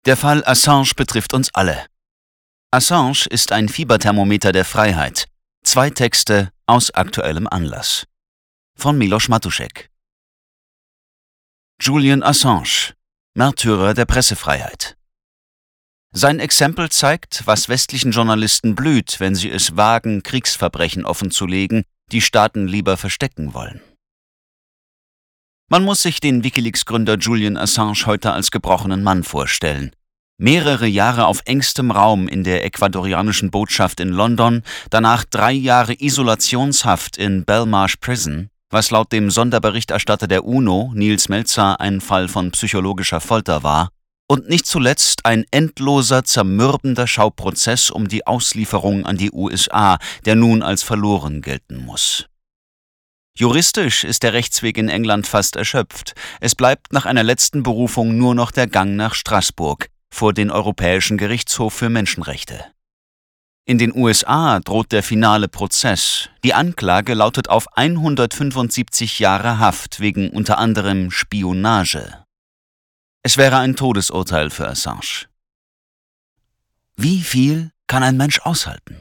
Der Fall Assange betrifft uns alle. Assange ist ein Fieberthermometer der Freiheit. 2 Texte aus aktuellem Anlass. Von Miloš Matušek. Julian Assange, Märtyrer der Pressefreiheit. Sein Exempel zeigt, was westlichen Journalisten blüht, wenn sie es wagen, Kriegsverbrechen offenzulegen, die Staaten lieber verstecken wollen. Man muss sich den WikiLeaks-Gründer Julian Assange heute als gebrochenen Mann vorstellen. Mehrere Jahre auf engstem Raum in der ecuadorianischen Botschaft in London, danach 3 Jahre Isolationshaft in Belmarsh Prison, was laut dem Sonderberichterstatter der UNO, Nils Melzer, ein Fall von psychologischer Folter war, und nicht zuletzt ein endloser, zermürbender Schauprozess um die Auslieferung an die USA, der nun als verloren gelten muss. Juristisch ist der Rechtsweg in England fast erschöpft. Es bleibt nach einer letzten Berufung nur noch der Gang nach Straßburg, vor den Europäischen Gerichtshof für Menschenrechte. In den USA droht der finale Prozess. Die Anklage lautet auf 175 Jahre Haft wegen unter anderem Spionage. Es wäre ein Todesurteil für Assange. Wie viel kann ein Mensch aushalten?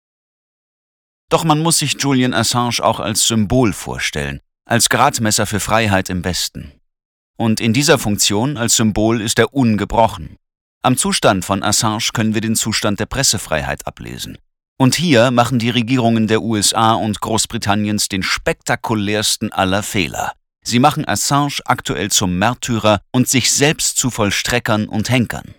Doch man muss sich Julian Assange auch als Symbol vorstellen, als Gradmesser für Freiheit im Westen. Und in dieser Funktion als Symbol ist er ungebrochen. Am Zustand von Assange können wir den Zustand der Pressefreiheit ablesen. Und hier machen die Regierungen der USA und Großbritanniens den spektakulärsten aller Fehler. Sie machen Assange aktuell zum Märtyrer und sich selbst zu Vollstreckern und Henkern.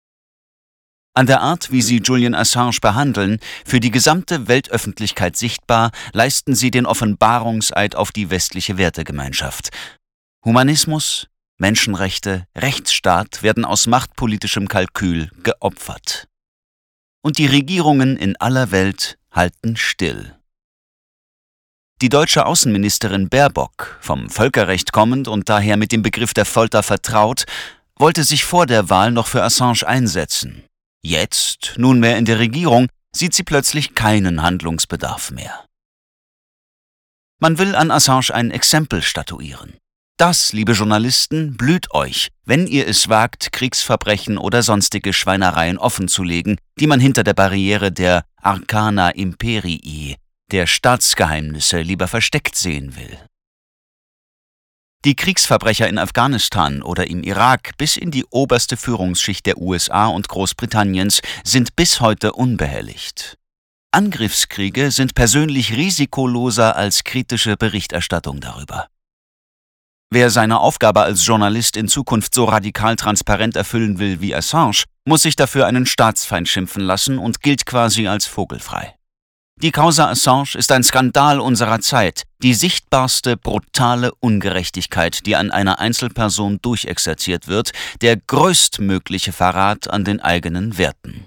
An der Art, wie sie Julian Assange behandeln, für die gesamte Weltöffentlichkeit sichtbar, leisten sie den Offenbarungseid auf die westliche Wertegemeinschaft. Humanismus, Menschenrechte, Rechtsstaat werden aus machtpolitischem Kalkül geopfert. Und die Regierungen in aller Welt halten still. Die deutsche Außenministerin Baerbock, vom Völkerrecht kommend und daher mit dem Begriff der Folter vertraut, wollte sich vor der Wahl noch für Assange einsetzen. Jetzt, nunmehr in der Regierung, sieht sie plötzlich keinen Handlungsbedarf mehr. Man will an Assange ein Exempel statuieren. Das, liebe Journalisten, blüht euch, wenn ihr es wagt, Kriegsverbrechen oder sonstige Schweinereien offenzulegen, die man hinter der Barriere der Arcana Imperii, der Staatsgeheimnisse, lieber versteckt sehen will. Die Kriegsverbrecher in Afghanistan oder im Irak bis in die oberste Führungsschicht der USA und Großbritanniens sind bis heute unbehelligt. Angriffskriege sind persönlich risikoloser als kritische Berichterstattung darüber. Wer seine Aufgabe als Journalist in Zukunft so radikal transparent erfüllen will wie Assange, muss sich dafür einen Staatsfeind schimpfen lassen und gilt quasi als vogelfrei. Die Causa Assange ist ein Skandal unserer Zeit, die sichtbarste, brutale Ungerechtigkeit, die an einer Einzelperson durchexerziert wird, der größtmögliche Verrat an den eigenen Werten.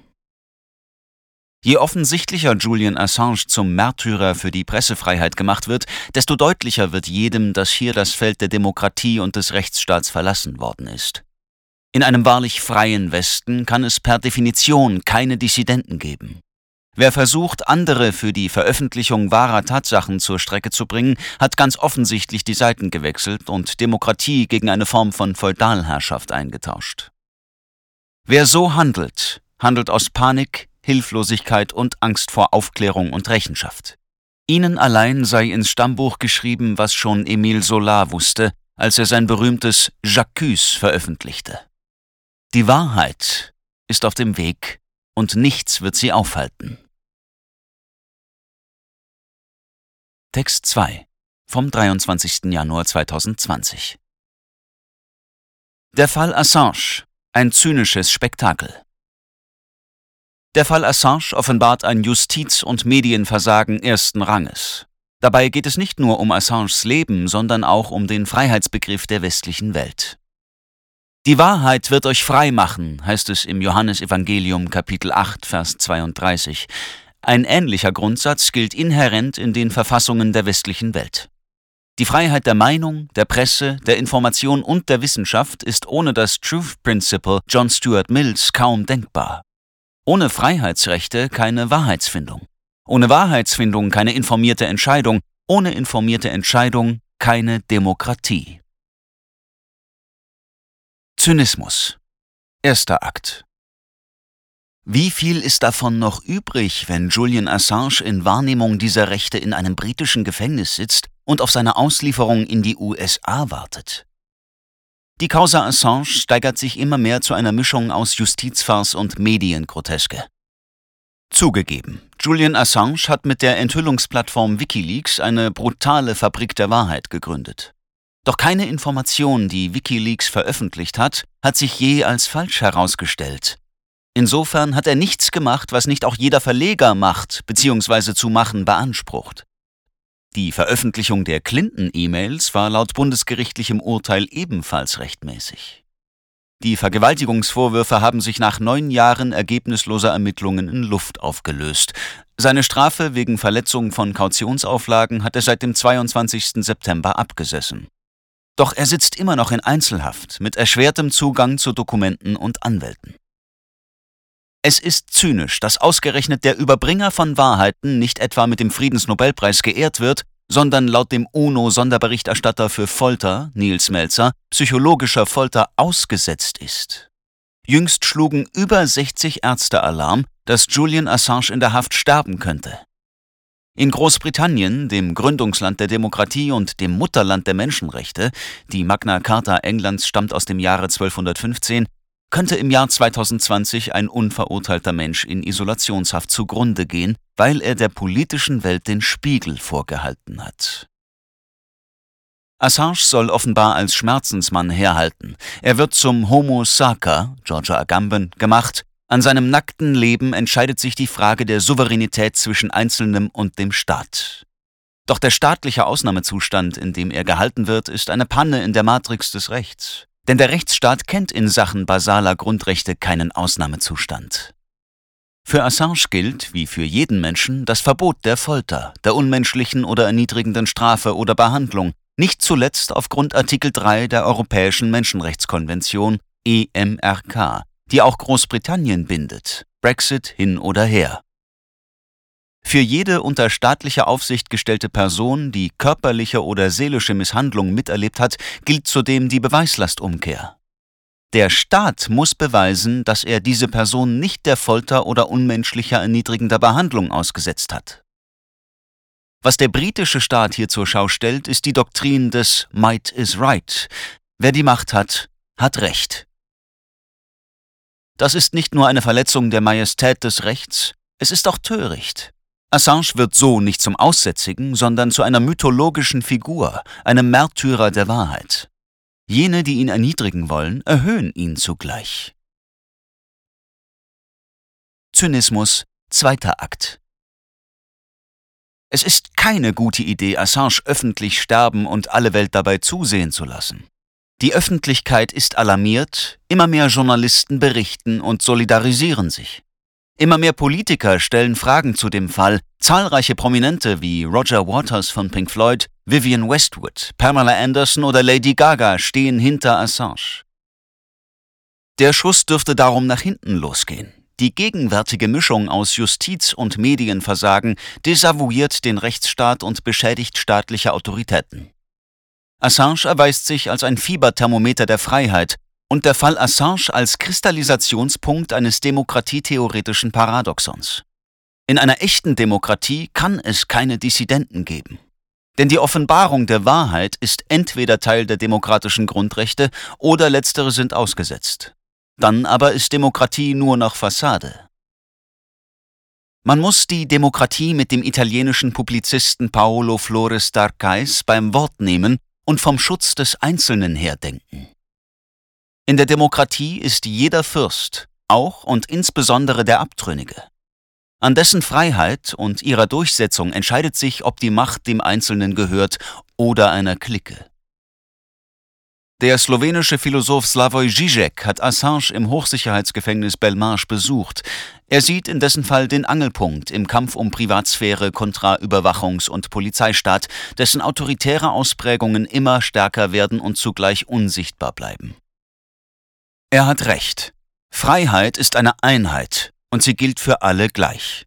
Je offensichtlicher Julian Assange zum Märtyrer für die Pressefreiheit gemacht wird, desto deutlicher wird jedem, dass hier das Feld der Demokratie und des Rechtsstaats verlassen worden ist. In einem wahrlich freien Westen kann es per Definition keine Dissidenten geben. Wer versucht, andere für die Veröffentlichung wahrer Tatsachen zur Strecke zu bringen, hat ganz offensichtlich die Seiten gewechselt und Demokratie gegen eine Form von Feudalherrschaft eingetauscht. Wer so handelt, handelt aus Panik, Hilflosigkeit und Angst vor Aufklärung und Rechenschaft. Ihnen allein sei ins Stammbuch geschrieben, was schon Émile Zola wusste, als er sein berühmtes J'accuse veröffentlichte. Die Wahrheit ist auf dem Weg und nichts wird sie aufhalten. Text 2 vom 23. Januar 2020. Der Fall Assange, ein zynisches Spektakel. Der Fall Assange offenbart ein Justiz- und Medienversagen ersten Ranges. Dabei geht es nicht nur um Assanges Leben, sondern auch um den Freiheitsbegriff der westlichen Welt. Die Wahrheit wird euch frei machen, heißt es im Johannesevangelium Kapitel 8, Vers 32. Ein ähnlicher Grundsatz gilt inhärent in den Verfassungen der westlichen Welt. Die Freiheit der Meinung, der Presse, der Information und der Wissenschaft ist ohne das Truth Principle John Stuart Mills kaum denkbar. Ohne Freiheitsrechte keine Wahrheitsfindung. Ohne Wahrheitsfindung keine informierte Entscheidung. Ohne informierte Entscheidung keine Demokratie. Zynismus. Erster Akt. Wie viel ist davon noch übrig, wenn Julian Assange in Wahrnehmung dieser Rechte in einem britischen Gefängnis sitzt und auf seine Auslieferung in die USA wartet? Die Causa Assange steigert sich immer mehr zu einer Mischung aus Justizfarce und Mediengroteske. Zugegeben, Julian Assange hat mit der Enthüllungsplattform WikiLeaks eine brutale Fabrik der Wahrheit gegründet. Doch keine Information, die WikiLeaks veröffentlicht hat sich je als falsch herausgestellt. Insofern hat er nichts gemacht, was nicht auch jeder Verleger macht bzw. zu machen beansprucht. Die Veröffentlichung der Clinton-E-Mails war laut bundesgerichtlichem Urteil ebenfalls rechtmäßig. Die Vergewaltigungsvorwürfe haben sich nach 9 Jahren ergebnisloser Ermittlungen in Luft aufgelöst. Seine Strafe wegen Verletzung von Kautionsauflagen hat er seit dem 22. September abgesessen. Doch er sitzt immer noch in Einzelhaft mit erschwertem Zugang zu Dokumenten und Anwälten. Es ist zynisch, dass ausgerechnet der Überbringer von Wahrheiten nicht etwa mit dem Friedensnobelpreis geehrt wird, sondern laut dem UNO-Sonderberichterstatter für Folter, Nils Melzer, psychologischer Folter ausgesetzt ist. Jüngst schlugen über 60 Ärzte Alarm, dass Julian Assange in der Haft sterben könnte. In Großbritannien, dem Gründungsland der Demokratie und dem Mutterland der Menschenrechte, die Magna Carta Englands stammt aus dem Jahre 1215, könnte im Jahr 2020 ein unverurteilter Mensch in Isolationshaft zugrunde gehen, weil er der politischen Welt den Spiegel vorgehalten hat. Assange soll offenbar als Schmerzensmann herhalten. Er wird zum Homo Sacer, Georgia Agamben, gemacht. An seinem nackten Leben entscheidet sich die Frage der Souveränität zwischen Einzelnem und dem Staat. Doch der staatliche Ausnahmezustand, in dem er gehalten wird, ist eine Panne in der Matrix des Rechts. Denn der Rechtsstaat kennt in Sachen basaler Grundrechte keinen Ausnahmezustand. Für Assange gilt, wie für jeden Menschen, das Verbot der Folter, der unmenschlichen oder erniedrigenden Strafe oder Behandlung, nicht zuletzt aufgrund Artikel 3 der Europäischen Menschenrechtskonvention EMRK, die auch Großbritannien bindet, Brexit hin oder her. Für jede unter staatliche Aufsicht gestellte Person, die körperliche oder seelische Misshandlung miterlebt hat, gilt zudem die Beweislastumkehr. Der Staat muss beweisen, dass er diese Person nicht der Folter oder unmenschlicher erniedrigender Behandlung ausgesetzt hat. Was der britische Staat hier zur Schau stellt, ist die Doktrin des Might is Right. Wer die Macht hat, hat Recht. Das ist nicht nur eine Verletzung der Majestät des Rechts, es ist auch töricht. Assange wird so nicht zum Aussätzigen, sondern zu einer mythologischen Figur, einem Märtyrer der Wahrheit. Jene, die ihn erniedrigen wollen, erhöhen ihn zugleich. Zynismus, zweiter Akt. Es ist keine gute Idee, Assange öffentlich sterben und alle Welt dabei zusehen zu lassen. Die Öffentlichkeit ist alarmiert, immer mehr Journalisten berichten und solidarisieren sich. Immer mehr Politiker stellen Fragen zu dem Fall. Zahlreiche Prominente wie Roger Waters von Pink Floyd, Vivienne Westwood, Pamela Anderson oder Lady Gaga stehen hinter Assange. Der Schuss dürfte darum nach hinten losgehen. Die gegenwärtige Mischung aus Justiz- und Medienversagen desavouiert den Rechtsstaat und beschädigt staatliche Autoritäten. Assange erweist sich als ein Fieberthermometer der Freiheit und der Fall Assange als Kristallisationspunkt eines demokratietheoretischen Paradoxons. In einer echten Demokratie kann es keine Dissidenten geben. Denn die Offenbarung der Wahrheit ist entweder Teil der demokratischen Grundrechte oder letztere sind ausgesetzt. Dann aber ist Demokratie nur noch Fassade. Man muss die Demokratie mit dem italienischen Publizisten Paolo Flores d'Arcais beim Wort nehmen und vom Schutz des Einzelnen her denken. In der Demokratie ist jeder Fürst, auch und insbesondere der Abtrünnige. An dessen Freiheit und ihrer Durchsetzung entscheidet sich, ob die Macht dem Einzelnen gehört oder einer Clique. Der slowenische Philosoph Slavoj Žižek hat Assange im Hochsicherheitsgefängnis Belmarsh besucht. Er sieht in dessen Fall den Angelpunkt im Kampf um Privatsphäre kontra Überwachungs- und Polizeistaat, dessen autoritäre Ausprägungen immer stärker werden und zugleich unsichtbar bleiben. Er hat recht. Freiheit ist eine Einheit und sie gilt für alle gleich.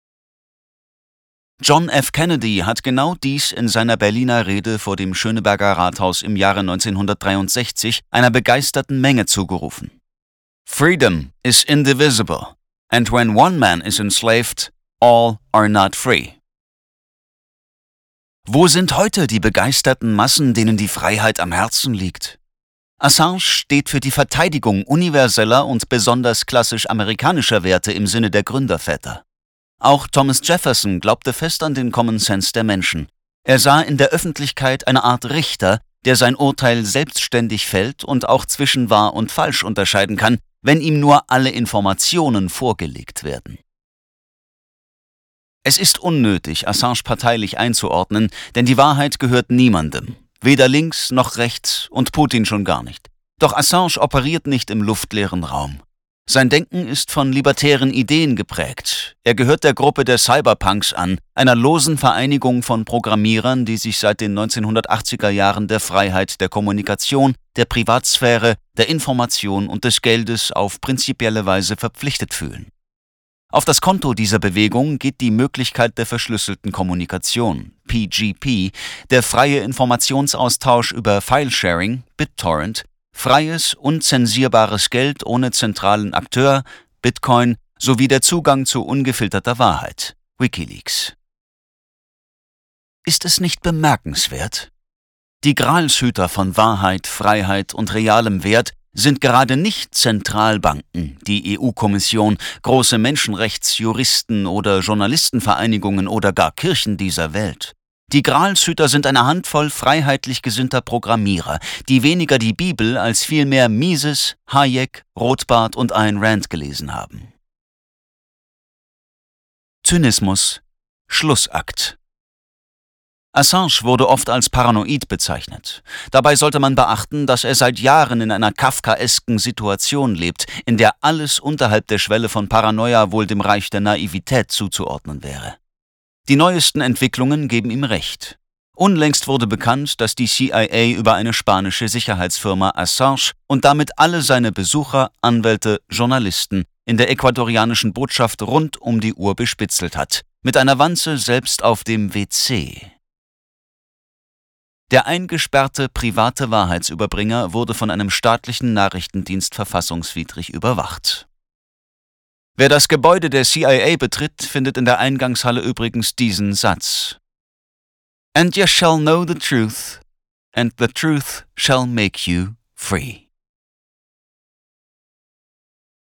John F. Kennedy hat genau dies in seiner Berliner Rede vor dem Schöneberger Rathaus im Jahre 1963 einer begeisterten Menge zugerufen. Freedom is indivisible, and when one man is enslaved, all are not free. Wo sind heute die begeisterten Massen, denen die Freiheit am Herzen liegt? Assange steht für die Verteidigung universeller und besonders klassisch amerikanischer Werte im Sinne der Gründerväter. Auch Thomas Jefferson glaubte fest an den Common Sense der Menschen. Er sah in der Öffentlichkeit eine Art Richter, der sein Urteil selbstständig fällt und auch zwischen wahr und falsch unterscheiden kann, wenn ihm nur alle Informationen vorgelegt werden. Es ist unnötig, Assange parteilich einzuordnen, denn die Wahrheit gehört niemandem, weder links noch rechts und Putin schon gar nicht. Doch Assange operiert nicht im luftleeren Raum. Sein Denken ist von libertären Ideen geprägt. Er gehört der Gruppe der Cyberpunks an, einer losen Vereinigung von Programmierern, die sich seit den 1980er Jahren der Freiheit der Kommunikation, der Privatsphäre, der Information und des Geldes auf prinzipielle Weise verpflichtet fühlen. Auf das Konto dieser Bewegung geht die Möglichkeit der verschlüsselten Kommunikation, PGP, der freie Informationsaustausch über Filesharing, BitTorrent, freies, unzensierbares Geld ohne zentralen Akteur, Bitcoin, sowie der Zugang zu ungefilterter Wahrheit, WikiLeaks. Ist es nicht bemerkenswert? Die Gralshüter von Wahrheit, Freiheit und realem Wert sind gerade nicht Zentralbanken, die EU-Kommission, große Menschenrechtsjuristen oder Journalistenvereinigungen oder gar Kirchen dieser Welt. Die Gralshüter sind eine Handvoll freiheitlich gesinnter Programmierer, die weniger die Bibel als vielmehr Mises, Hayek, Rothbard und Ayn Rand gelesen haben. Zynismus, Schlussakt. Assange wurde oft als paranoid bezeichnet. Dabei sollte man beachten, dass er seit Jahren in einer kafkaesken Situation lebt, in der alles unterhalb der Schwelle von Paranoia wohl dem Reich der Naivität zuzuordnen wäre. Die neuesten Entwicklungen geben ihm recht. Unlängst wurde bekannt, dass die CIA über eine spanische Sicherheitsfirma Assange und damit alle seine Besucher, Anwälte, Journalisten in der ecuadorianischen Botschaft rund um die Uhr bespitzelt hat, mit einer Wanze selbst auf dem WC. Der eingesperrte private Wahrheitsüberbringer wurde von einem staatlichen Nachrichtendienst verfassungswidrig überwacht. Wer das Gebäude der CIA betritt, findet in der Eingangshalle übrigens diesen Satz: "And ye shall know the truth, and the truth shall make you free."